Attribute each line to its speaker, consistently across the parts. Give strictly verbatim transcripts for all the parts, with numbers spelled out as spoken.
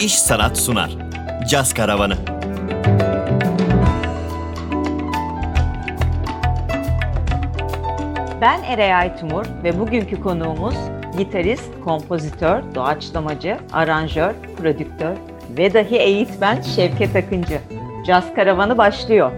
Speaker 1: Müthiş Sanat sunar. Caz Karavanı.
Speaker 2: Ben Eray Aytumur ve bugünkü konuğumuz gitarist, kompozitör, doğaçlamacı, aranjör, prodüktör ve dahi eğitmen Şevket Akıncı. Caz Karavanı başlıyor.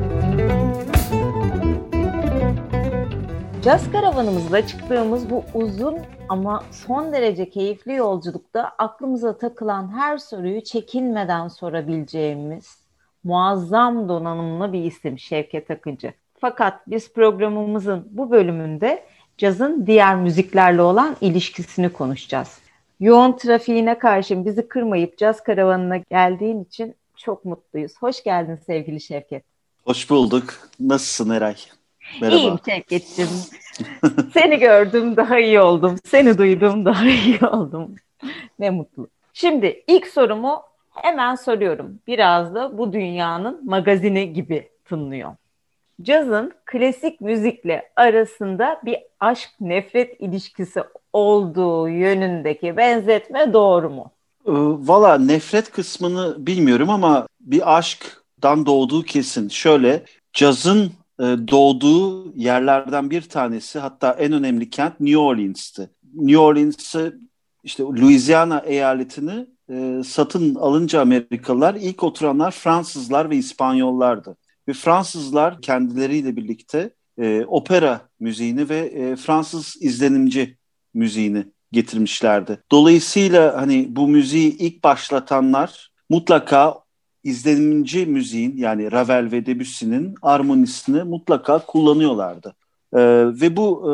Speaker 2: Caz Karavanımızda çıktığımız bu uzun ama son derece keyifli yolculukta aklımıza takılan her soruyu çekinmeden sorabileceğimiz muazzam donanımlı bir isim Şevket Akıncı. Fakat biz programımızın bu bölümünde cazın diğer müziklerle olan ilişkisini konuşacağız. Yoğun trafiğine karşın bizi kırmayıp Caz Karavanı'na geldiğin için çok mutluyuz. Hoş geldin sevgili Şevket.
Speaker 3: Hoş bulduk. Nasılsın Eray? Merhaba.
Speaker 2: İyiyim Şevket'ciğim. Seni gördüm daha iyi oldum. Seni duydum daha iyi oldum. Ne mutlu. Şimdi ilk sorumu hemen soruyorum. Biraz da bu dünyanın magazini gibi tınlıyor. Cazın klasik müzikle arasında bir aşk-nefret ilişkisi olduğu yönündeki benzetme doğru mu?
Speaker 3: Ee, Valla nefret kısmını bilmiyorum ama bir aşktan doğduğu kesin. Şöyle, cazın e, doğduğu yerlerden bir tanesi, hatta en önemli kent New Orleans'tı. New Orleans'ı, işte Louisiana eyaletini e, satın alınca Amerikalılar, ilk oturanlar Fransızlar ve İspanyollardı. Ve Fransızlar kendileriyle birlikte e, opera müziğini ve e, Fransız izlenimci müziğini getirmişlerdi. Dolayısıyla hani bu müziği ilk başlatanlar mutlaka izlenimci müziğin, yani Ravel ve Debussy'nin armonisini mutlaka kullanıyorlardı. E, ve bu e,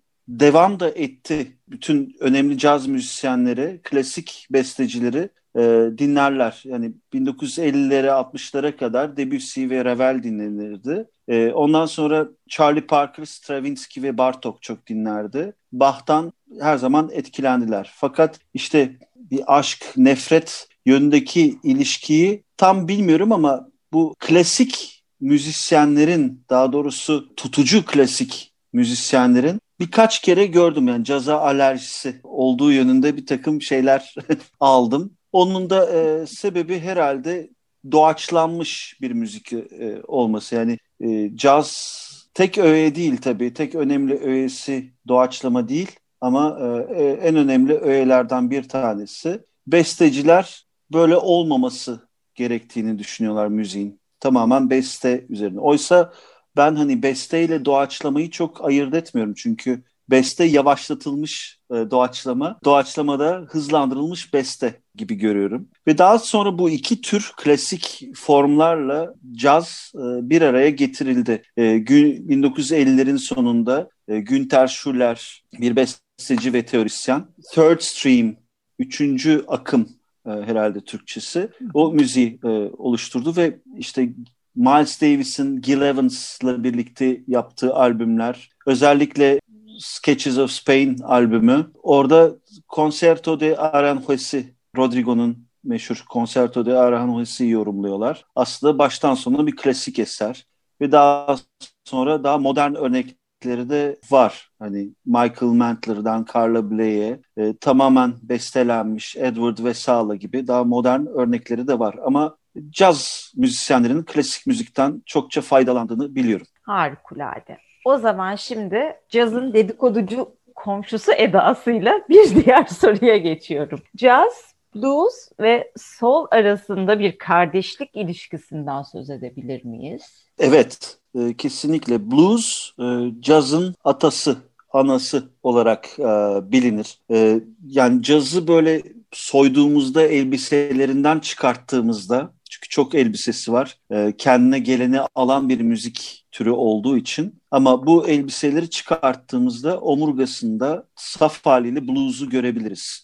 Speaker 3: devam da etti. Bütün önemli caz müzisyenleri, klasik bestecileri e, dinlerler. Yani bin dokuz yüz ellilere altmışlara kadar Debussy ve Ravel dinlenirdi. E, ondan sonra Charlie Parker, Stravinsky ve Bartók çok dinlerdi. Bach'tan her zaman etkilendiler. Fakat işte bir aşk, nefret yönündeki ilişkiyi tam bilmiyorum ama bu klasik müzisyenlerin, daha doğrusu tutucu klasik müzisyenlerin birkaç kere gördüm, yani caza alerjisi olduğu yönünde bir takım şeyler aldım. Onun da e, sebebi herhalde doğaçlanmış bir müzik e, olması. Yani e, caz tek öğe değil tabii. Tek önemli öğesi doğaçlama değil ama e, en önemli öğelerden bir tanesi. Besteciler böyle olmaması gerektiğini düşünüyorlar müziğin. Tamamen beste üzerine. Oysa ben hani besteyle doğaçlamayı çok ayırt etmiyorum. Çünkü beste yavaşlatılmış e, doğaçlama, doğaçlama da hızlandırılmış beste gibi görüyorum. Ve daha sonra bu iki tür klasik formlarla caz e, bir araya getirildi. E, gün, bin dokuz yüz ellilerin sonunda e, Günter Schuller, bir besteci ve teorisyen, Third Stream, üçüncü akım e, herhalde Türkçesi, o müziği e, oluşturdu ve işte Miles Davis'in Gil Evans'la birlikte yaptığı albümler, özellikle Sketches of Spain albümü, orada Concerto de Aranjuez'i, Rodrigo'nun meşhur Concerto de Aranjuez'i yorumluyorlar. Aslında baştan sona bir klasik eser ve daha sonra daha modern örnekleri de var. Hani Michael Mantler'dan Carla Bley'e e, tamamen bestelenmiş Edward Vesala gibi daha modern örnekleri de var. Ama caz müzisyenlerinin klasik müzikten çokça faydalandığını biliyorum.
Speaker 2: Harikulade. O zaman şimdi cazın dedikoducu komşusu edasıyla bir diğer soruya geçiyorum. Caz, blues ve soul arasında bir kardeşlik ilişkisinden söz edebilir miyiz?
Speaker 3: Evet, e, kesinlikle. Blues, e, cazın atası, anası olarak e, bilinir. E, yani cazı böyle soyduğumuzda, elbiselerinden çıkarttığımızda, çünkü çok elbisesi var, e, kendine geleni alan bir müzik türü olduğu için. Ama bu elbiseleri çıkarttığımızda omurgasında saf haliyle blues'u görebiliriz.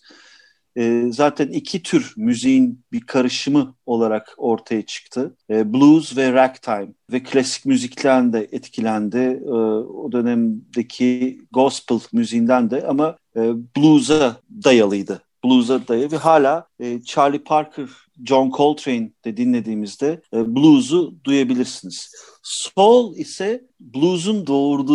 Speaker 3: E, zaten iki tür müziğin bir karışımı olarak ortaya çıktı. E, blues ve ragtime ve klasik müzikten de etkilendi. E, o dönemdeki gospel müziğinden de, ama e, blues'a dayalıydı. Blues'a dayalı ve hala e, Charlie Parker, John Coltrane'de dinlediğimizde e, blues'u duyabilirsiniz. Soul ise blues'un doğurduğu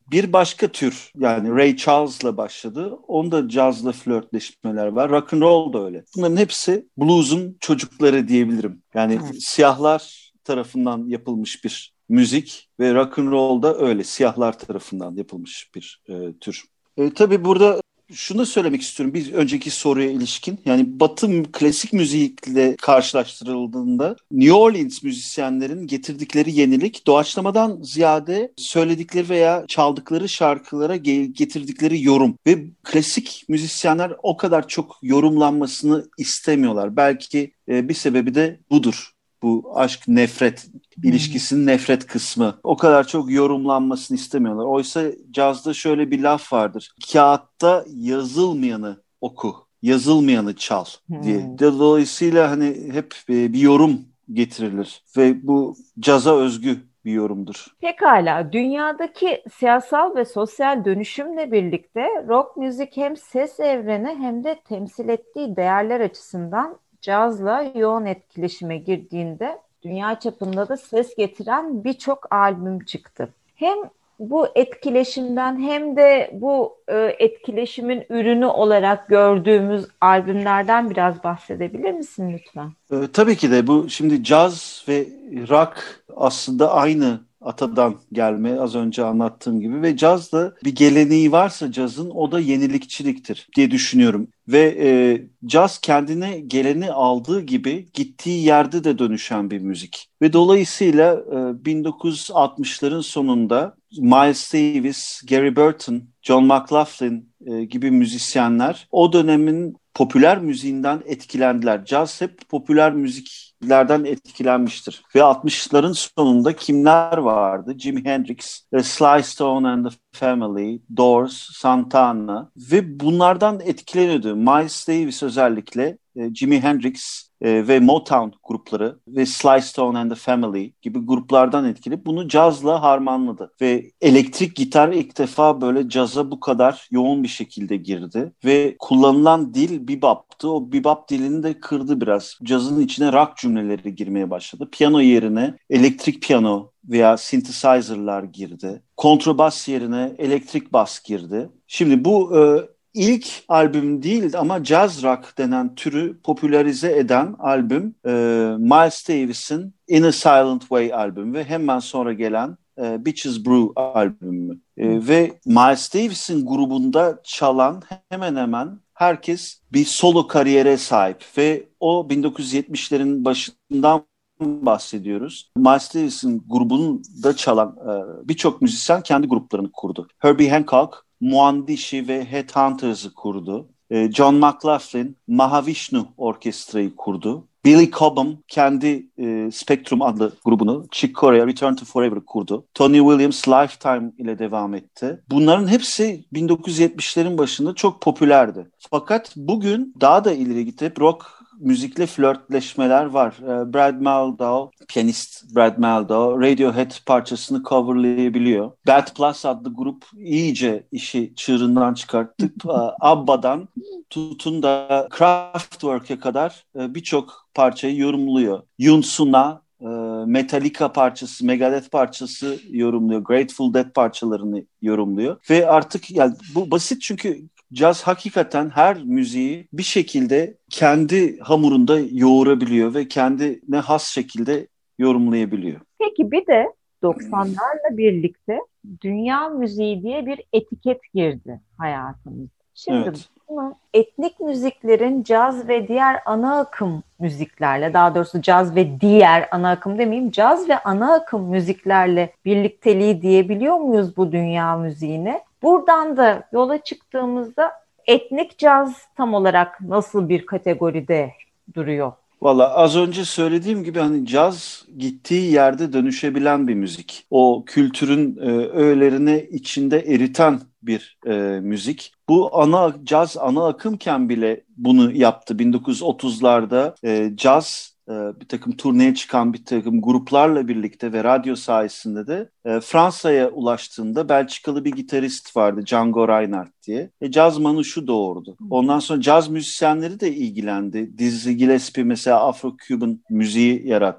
Speaker 3: Bir başka tür yani Ray Charles'la başladı. Onda cazla flörtleşmeler var. Rock and roll da öyle. Bunların hepsi blues'un çocukları diyebilirim. Yani
Speaker 2: Evet.
Speaker 3: siyahlar tarafından yapılmış bir müzik ve rock and roll da öyle siyahlar tarafından yapılmış bir e, tür. E, tabii burada şunu söylemek istiyorum bir önceki soruya ilişkin. Yani Batı klasik müzikle karşılaştırıldığında New Orleans müzisyenlerin getirdikleri yenilik doğaçlamadan ziyade söyledikleri veya çaldıkları şarkılara getirdikleri yorum ve klasik müzisyenler o kadar çok yorumlanmasını istemiyorlar. Belki e, bir sebebi de budur. Bu aşk nefret ilişkisinin nefret kısmı. O kadar çok yorumlanmasını istemiyorlar. Oysa cazda şöyle bir laf vardır. Kağıtta yazılmayanı oku, yazılmayanı çal diye.
Speaker 2: Hmm.
Speaker 3: Dolayısıyla hani hep bir yorum getirilir ve bu caza özgü bir yorumdur.
Speaker 2: Pekala, dünyadaki siyasal ve sosyal dönüşümle birlikte rock müzik hem ses evreni hem de temsil ettiği değerler açısından cazla yoğun etkileşime girdiğinde dünya çapında da ses getiren birçok albüm çıktı. Hem bu etkileşimden hem de bu e, etkileşimin ürünü olarak gördüğümüz albümlerden biraz bahsedebilir misin lütfen?
Speaker 3: Ee, tabii ki de bu şimdi caz ve rock aslında aynı atadan gelme az önce anlattığım gibi ve caz da bir geleneği varsa cazın o da yenilikçiliktir diye düşünüyorum. Ve e, caz kendine geleni aldığı gibi gittiği yerde de dönüşen bir müzik. Ve dolayısıyla e, bin dokuz yüz altmışların sonunda Miles Davis, Gary Burton, John McLaughlin e, gibi müzisyenler o dönemin popüler müziğinden etkilendiler. Caz hep popüler müziklerden etkilenmiştir. Ve altmışların sonunda kimler vardı? Jimi Hendrix, Sly Stone and the Family, Doors, Santana ve bunlardan etkileniyordu. Miles Davis özellikle Jimi Hendrix ve Motown grupları ve Sly Stone and the Family gibi gruplardan etkili bunu cazla harmanladı. Ve elektrik gitar ilk defa böyle caza bu kadar yoğun bir şekilde girdi. Ve kullanılan dil bebop'tı. O bebop dilini de kırdı biraz. Cazın içine rock cümleleri girmeye başladı. Piyano yerine elektrik piyano veya synthesizer'lar girdi. Kontrabas yerine elektrik bas girdi. Şimdi bu e, ilk albüm değil ama jazz rock denen türü popülerize eden albüm e, Miles Davis'in In a Silent Way albümü ve hemen sonra gelen e, Bitches Brew albümü. E, ve Miles Davis'in grubunda çalan hemen hemen herkes bir solo kariyere sahip ve o bin dokuz yüz yetmişlerin başından bahsediyoruz. Miles Davis'in grubunda çalan e, birçok müzisyen kendi gruplarını kurdu. Herbie Hancock, Muandishi ve Headhunters'ı kurdu. E, John McLaughlin, Mahavishnu Orkestra'yı kurdu. Billy Cobham kendi e, Spectrum adlı grubunu, Chick Corea, Return to Forever'ı kurdu. Tony Williams Lifetime ile devam etti. Bunların hepsi bin dokuz yüz yetmişlerin başında çok popülerdi. Fakat bugün daha da ileri gidip rock müzikle flörtleşmeler var. Brad Mehldau, piyanist Brad Mehldau, Radiohead parçasını coverlayabiliyor. Bad Plus adlı grup iyice işi çığırından çıkarttık. Abba'dan tutun da Kraftwerk'e kadar birçok parçayı yorumluyor. Yunsuna, Metallica parçası, Megadeth parçası yorumluyor. Grateful Dead parçalarını yorumluyor. Ve artık yani bu basit çünkü caz hakikaten her müziği bir şekilde kendi hamurunda yoğurabiliyor ve kendine has şekilde yorumlayabiliyor.
Speaker 2: Peki bir de doksanlarla birlikte dünya müziği diye bir etiket girdi hayatımıza. Şimdi
Speaker 3: Evet.
Speaker 2: bunu etnik müziklerin caz ve diğer ana akım müziklerle, daha doğrusu caz ve diğer ana akım demeyeyim, caz ve ana akım müziklerle birlikteliği diyebiliyor muyuz bu dünya müziğine? Buradan da yola çıktığımızda etnik caz tam olarak nasıl bir kategoride duruyor?
Speaker 3: Valla az önce söylediğim gibi hani caz gittiği yerde dönüşebilen bir müzik. O kültürün e, öğelerini içinde eriten bir e, müzik. Bu ana caz ana akımken bile bunu yaptı. bin dokuz yüz otuzlarda e, caz e, bir takım turneye çıkan bir takım gruplarla birlikte ve radyo sayesinde de e, Fransa'ya ulaştığında Belçikalı bir gitarist vardı Django Reinhardt diye. E, caz manuşu doğurdu. Ondan sonra caz müzisyenleri de ilgilendi. Dizzy Gillespie mesela Afro-Cuban müziği yarattı.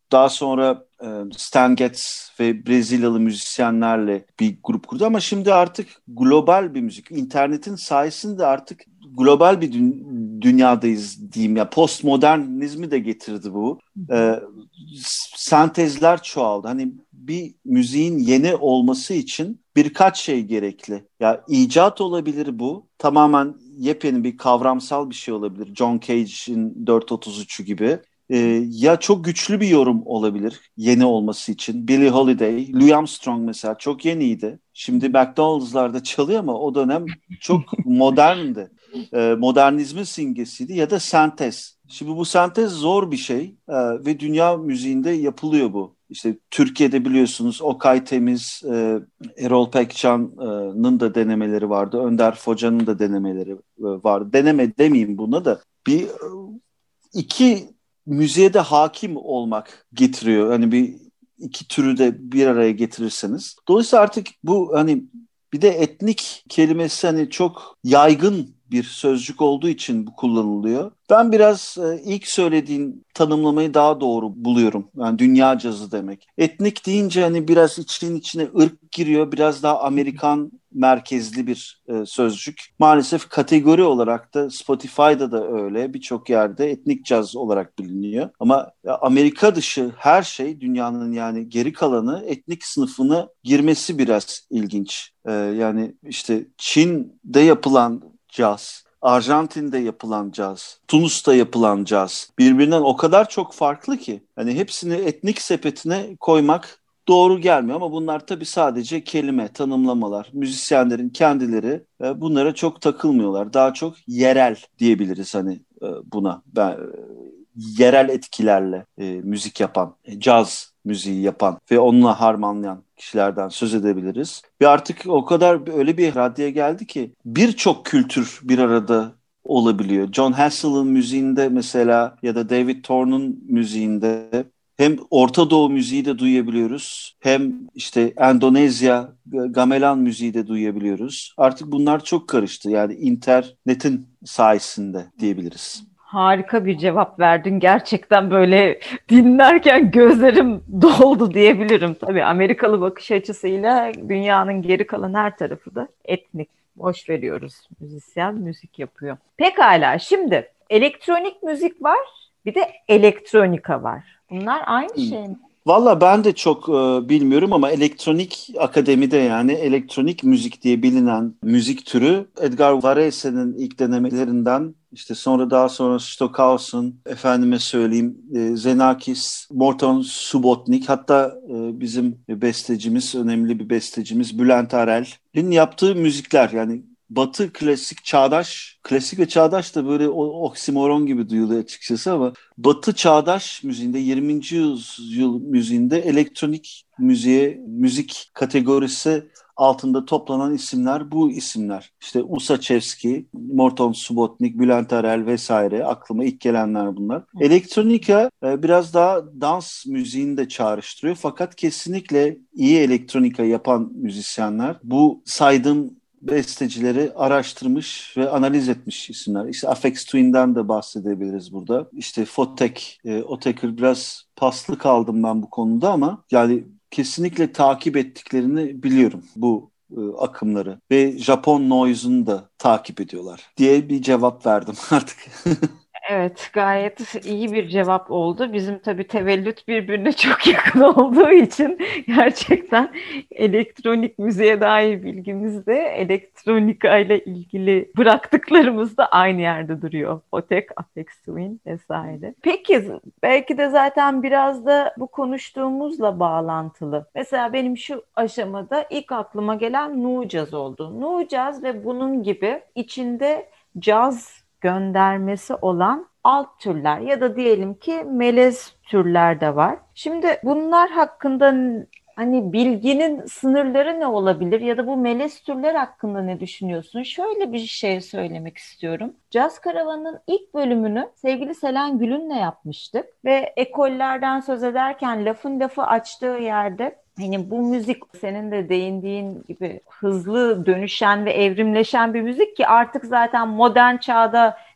Speaker 3: Daha sonra e, Stan Getz ve Brezilyalı müzisyenlerle bir grup kurdu ama şimdi artık global bir müzik. İnternetin sayesinde artık global bir dü- dünyadayız diyeyim ya. Postmodernizmi de getirdi bu. E, Sentezler çoğaldı. Hani bir müziğin yeni olması için birkaç şey gerekli. Ya icat olabilir bu. Tamamen yepyeni bir kavramsal bir şey olabilir. John Cage'in dört otuz üçü gibi. Ee, ya çok güçlü bir yorum olabilir yeni olması için. Billie Holiday, Louis Armstrong mesela çok yeniydi. Şimdi McDonald's'larda çalıyor ama o dönem çok moderndi. Ee, modernizmin simgesiydi ya da sentez. Şimdi bu sentez zor bir şey ee, ve dünya müziğinde yapılıyor bu. İşte Türkiye'de biliyorsunuz Okay Temiz, e, Erol Pekcan'ın da denemeleri vardı. Önder Focan'ın da denemeleri e, vardı. Deneme demeyeyim buna da. Bir e, iki müziğe de hakim olmak getiriyor. Hani bir iki türü de bir araya getirirseniz. Dolayısıyla artık bu hani bir de etnik kelimesi hani çok yaygın bir sözcük olduğu için bu kullanılıyor. Ben biraz e, ilk söylediğin tanımlamayı daha doğru buluyorum. Yani dünya cazı demek. Etnik deyince hani biraz için içine ırk giriyor. Biraz daha Amerikan merkezli bir e, sözcük. Maalesef kategori olarak da Spotify'da da öyle. Birçok yerde etnik caz olarak biliniyor. Ama ya, Amerika dışı her şey dünyanın yani geri kalanı etnik sınıfına girmesi biraz ilginç. E, yani işte Çin'de yapılan caz, Arjantin'de yapılan caz, Tunus'ta yapılan caz birbirinden o kadar çok farklı ki hani hepsini etnik sepetine koymak doğru gelmiyor ama bunlar tabii sadece kelime, tanımlamalar. Müzisyenlerin kendileri e, bunlara çok takılmıyorlar. Daha çok yerel diyebiliriz hani e, buna. Ben e, yerel etkilerle e, müzik yapan, e, caz müziği yapan ve onunla harmanlayan kişilerden söz edebiliriz. Ve artık o kadar öyle bir raddeye geldi ki birçok kültür bir arada olabiliyor. John Hassel'ın müziğinde mesela ya da David Thorne'un müziğinde hem Orta Doğu müziği de duyabiliyoruz. Hem işte Endonezya, gamelan müziği de duyabiliyoruz. Artık bunlar çok karıştı. Yani internetin sayesinde diyebiliriz.
Speaker 2: Harika bir cevap verdin. Gerçekten böyle dinlerken gözlerim doldu diyebilirim. Tabii Amerikalı bakış açısıyla dünyanın geri kalan her tarafı da etnik. Boş veriyoruz. Müzisyen müzik yapıyor. Pekala. Şimdi elektronik müzik var, bir de elektronika var. Bunlar aynı
Speaker 3: Hmm.
Speaker 2: şey mi?
Speaker 3: Valla ben de çok e, bilmiyorum ama elektronik akademide yani elektronik müzik diye bilinen müzik türü Edgar Varèse'nin ilk denemelerinden işte sonra daha sonra Stockhausen, efendime söyleyeyim e, Xenakis, Morton Subotnick hatta e, bizim bestecimiz, önemli bir bestecimiz Bülent Arel'in yaptığı müzikler yani Batı klasik çağdaş, klasik ve çağdaş da böyle o- oksimoron gibi duyuluyor açıkçası ama Batı çağdaş müziğinde yirminci yüzyıl müziğinde elektronik müziğe, müzik kategorisi altında toplanan isimler bu isimler. İşte Usaçevski, Morton Subotnick, Bülent Arel vesaire aklıma ilk gelenler bunlar. Elektronika e, biraz daha dans müziğini de çağrıştırıyor fakat kesinlikle iyi elektronika yapan müzisyenler bu saydığım bestecileri araştırmış ve analiz etmiş isimler. İşte Aphex Twin'den de bahsedebiliriz burada. İşte Fotek, e, Otek'ir biraz paslı kaldım ben bu konuda ama yani kesinlikle takip ettiklerini biliyorum bu e, akımları. Ve Japon Noise'unu da takip ediyorlar diye bir cevap verdim artık.
Speaker 2: Evet, gayet iyi bir cevap oldu. Bizim tabii tevellüt birbirine çok yakın olduğu için gerçekten elektronik müziğe dair bilgimiz de elektronika ile ilgili bıraktıklarımız da aynı yerde duruyor. Fotek, Aphex Twin vesaire. Peki, belki de zaten biraz da bu konuştuğumuzla bağlantılı. Mesela benim şu aşamada ilk aklıma gelen nu caz oldu. Nu caz ve bunun gibi içinde caz göndermesi olan alt türler ya da diyelim ki melez türler de var. Şimdi bunlar hakkında hani bilginin sınırları ne olabilir ya da bu melez türler hakkında ne düşünüyorsun? Şöyle bir şey söylemek istiyorum. Caz Karavanı'nın ilk bölümünü sevgili Selen Gül'ünle yapmıştık ve ekollerden söz ederken lafın lafı açtığı yerde hani bu müzik senin de değindiğin gibi hızlı dönüşen ve evrimleşen bir müzik ki artık zaten modern çağda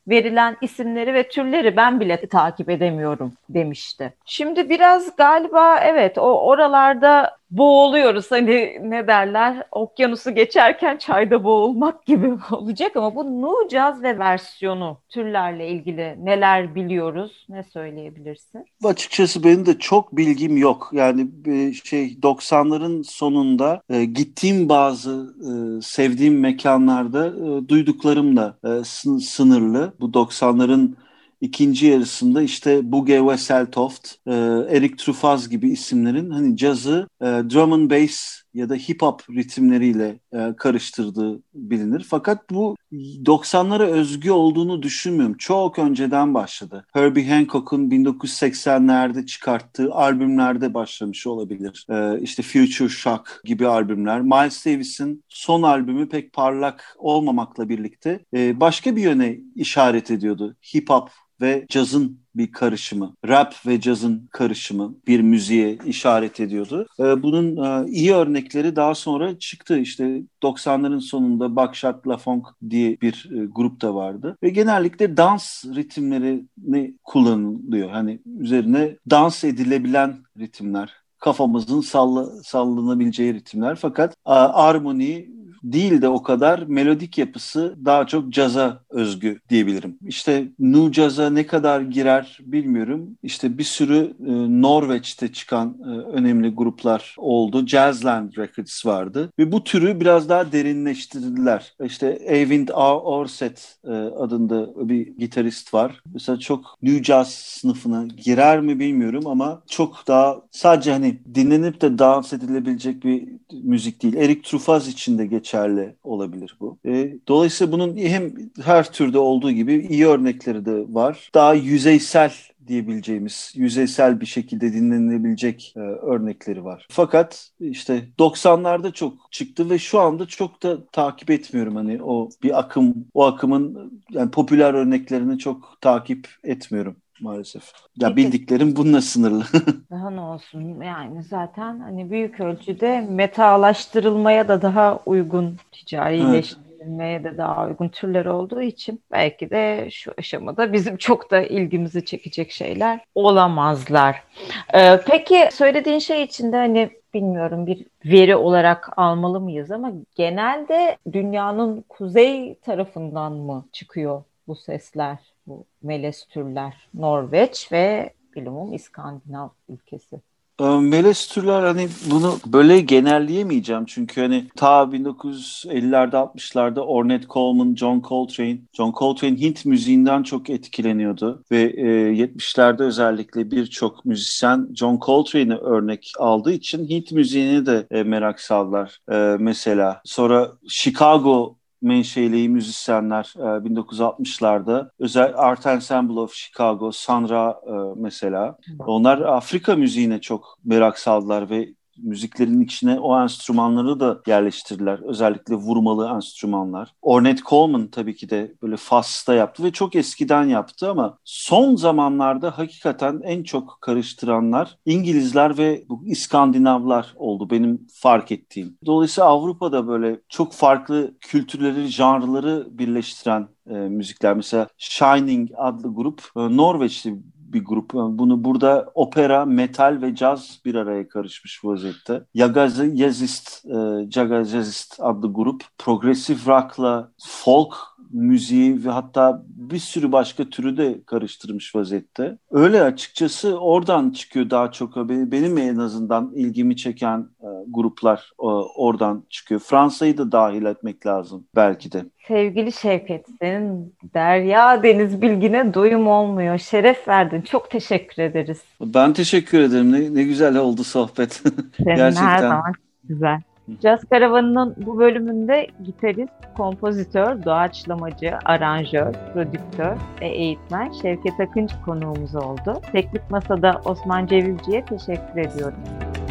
Speaker 2: verilen isimleri ve türleri ben bile takip edemiyorum demişti. Şimdi biraz galiba evet o oralarda boğuluyoruz. Hani ne derler? Okyanusu geçerken çayda boğulmak gibi olacak ama bu nu caz ve versiyonu türlerle ilgili neler biliyoruz? Ne söyleyebilirsin?
Speaker 3: Açıkçası benim de çok bilgim yok. Yani e, şey doksanların sonunda e, gittiğim bazı e, sevdiğim mekanlarda e, duyduklarımla e, sın- sınırlı. Bu doksanların ikinci yarısında işte Bugge Wesseltoft, e, Erik Truffaz gibi isimlerin hani cazı e, drum and bass ya da hip hop ritimleriyle e, karıştırdığı bilinir. Fakat bu doksanlara özgü olduğunu düşünmüyorum. Çok önceden başladı. Herbie Hancock'un bin dokuz yüz seksenlerde çıkarttığı albümlerde başlamış olabilir. E, işte Future Shock gibi albümler. Miles Davis'in son albümü pek parlak olmamakla birlikte e, başka bir yöne işaret ediyordu. Hip hop ve cazın bir karışımı, rap ve cazın karışımı bir müziğe işaret ediyordu. Ee, bunun e, iyi örnekleri daha sonra çıktı. İşte doksanların sonunda Buckshot LaFonk diye bir e, grup da vardı. Ve genellikle dans ritimlerini kullanılıyor. Hani üzerine dans edilebilen ritimler, kafamızın salla, sallanabileceği ritimler. Fakat a, armoni değil de o kadar melodik yapısı daha çok caza özgü diyebilirim. İşte nu caza ne kadar girer bilmiyorum. İşte bir sürü e, Norveç'te çıkan e, önemli gruplar oldu. Jazzland Records vardı ve bu türü biraz daha derinleştirdiler. İşte Eyvind Orseth e, adında bir gitarist var. Mesela çok nu caz sınıfına girer mi bilmiyorum ama çok daha sadece hani dinlenip de dans edilebilecek bir müzik değil. Erik Truffaz için de geçerli olabilir bu. E, dolayısıyla bunun hem her türde olduğu gibi iyi örnekleri de var. Daha yüzeysel diyebileceğimiz, yüzeysel bir şekilde dinlenilebilecek e, örnekleri var. Fakat işte doksanlarda çok çıktı ve şu anda çok da takip etmiyorum. Hani o bir akım, o akımın yani popüler örneklerini çok takip etmiyorum maalesef. Ya
Speaker 2: Peki.
Speaker 3: bildiklerim bununla sınırlı.
Speaker 2: Daha ne olsun yani zaten hani büyük ölçüde metalaştırılmaya da daha uygun, ticarileştirilmeye de daha uygun türler olduğu için belki de şu aşamada bizim çok da ilgimizi çekecek şeyler olamazlar. Ee, peki söylediğin şey içinde hani bilmiyorum bir veri olarak almalı mıyız ama genelde dünyanın kuzey tarafından mı çıkıyor bu sesler, bu melez türler? Norveç ve bilumum İskandinav ülkesi.
Speaker 3: E, Melez türler hani bunu böyle genelleyemeyeceğim çünkü hani ta bin dokuz yüz ellilerde altmışlarda Ornette Coleman, John Coltrane, John Coltrane Hint müziğinden çok etkileniyordu ve e, yetmişlerde özellikle birçok müzisyen John Coltrane'i örnek aldığı için Hint müziğine de e, merak saldılar. E, mesela sonra Chicago menşeli müzisyenler e, bin dokuz yüz altmışlarda özel Art Ensemble of Chicago, Sandra e, mesela onlar Afrika müziğine çok merak saldılar ve müziklerin içine o enstrümanları da yerleştirdiler. Özellikle vurmalı enstrümanlar. Ornette Coleman tabii ki de böyle Fas'ta yaptı ve çok eskiden yaptı ama son zamanlarda hakikaten en çok karıştıranlar İngilizler ve bu İskandinavlar oldu benim fark ettiğim. Dolayısıyla Avrupa'da böyle çok farklı kültürleri, janrları birleştiren e, müzikler. Mesela Shining adlı grup e, Norveçli bir grup. Bunu burada opera, metal ve caz bir araya karışmış vaziyette. Yagazi Yazist, e, Jagazist adlı grup progresif rock'la folk müziği ve hatta bir sürü başka türü de karıştırmış vaziyette. Öyle açıkçası oradan çıkıyor daha çok. Benim en azından ilgimi çeken e, gruplar e, oradan çıkıyor. Fransa'yı da dahil etmek lazım belki de.
Speaker 2: Sevgili Şevket, senin derya deniz bilgine doyum olmuyor. Şeref verdin. Çok teşekkür ederiz.
Speaker 3: Ben teşekkür ederim. Ne, ne güzel oldu sohbet.
Speaker 2: Senin
Speaker 3: Gerçekten.
Speaker 2: her zaman güzel. Caz Karavanı'nın bu bölümünde gitarist, kompozitör, doğaçlamacı, aranjör, prodüktör ve eğitmen Şevket Akıncı konuğumuz oldu. Teknik Masa'da Osman Cevizci'ye teşekkür ediyorum.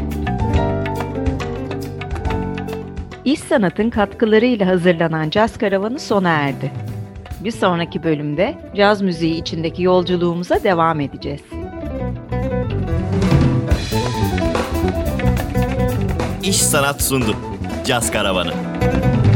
Speaker 2: İş Sanat'ın katkılarıyla hazırlanan Caz Karavanı sona erdi. Bir sonraki bölümde caz müziği içindeki yolculuğumuza devam edeceğiz.
Speaker 1: İş Sanat sundu. Caz Karavanı.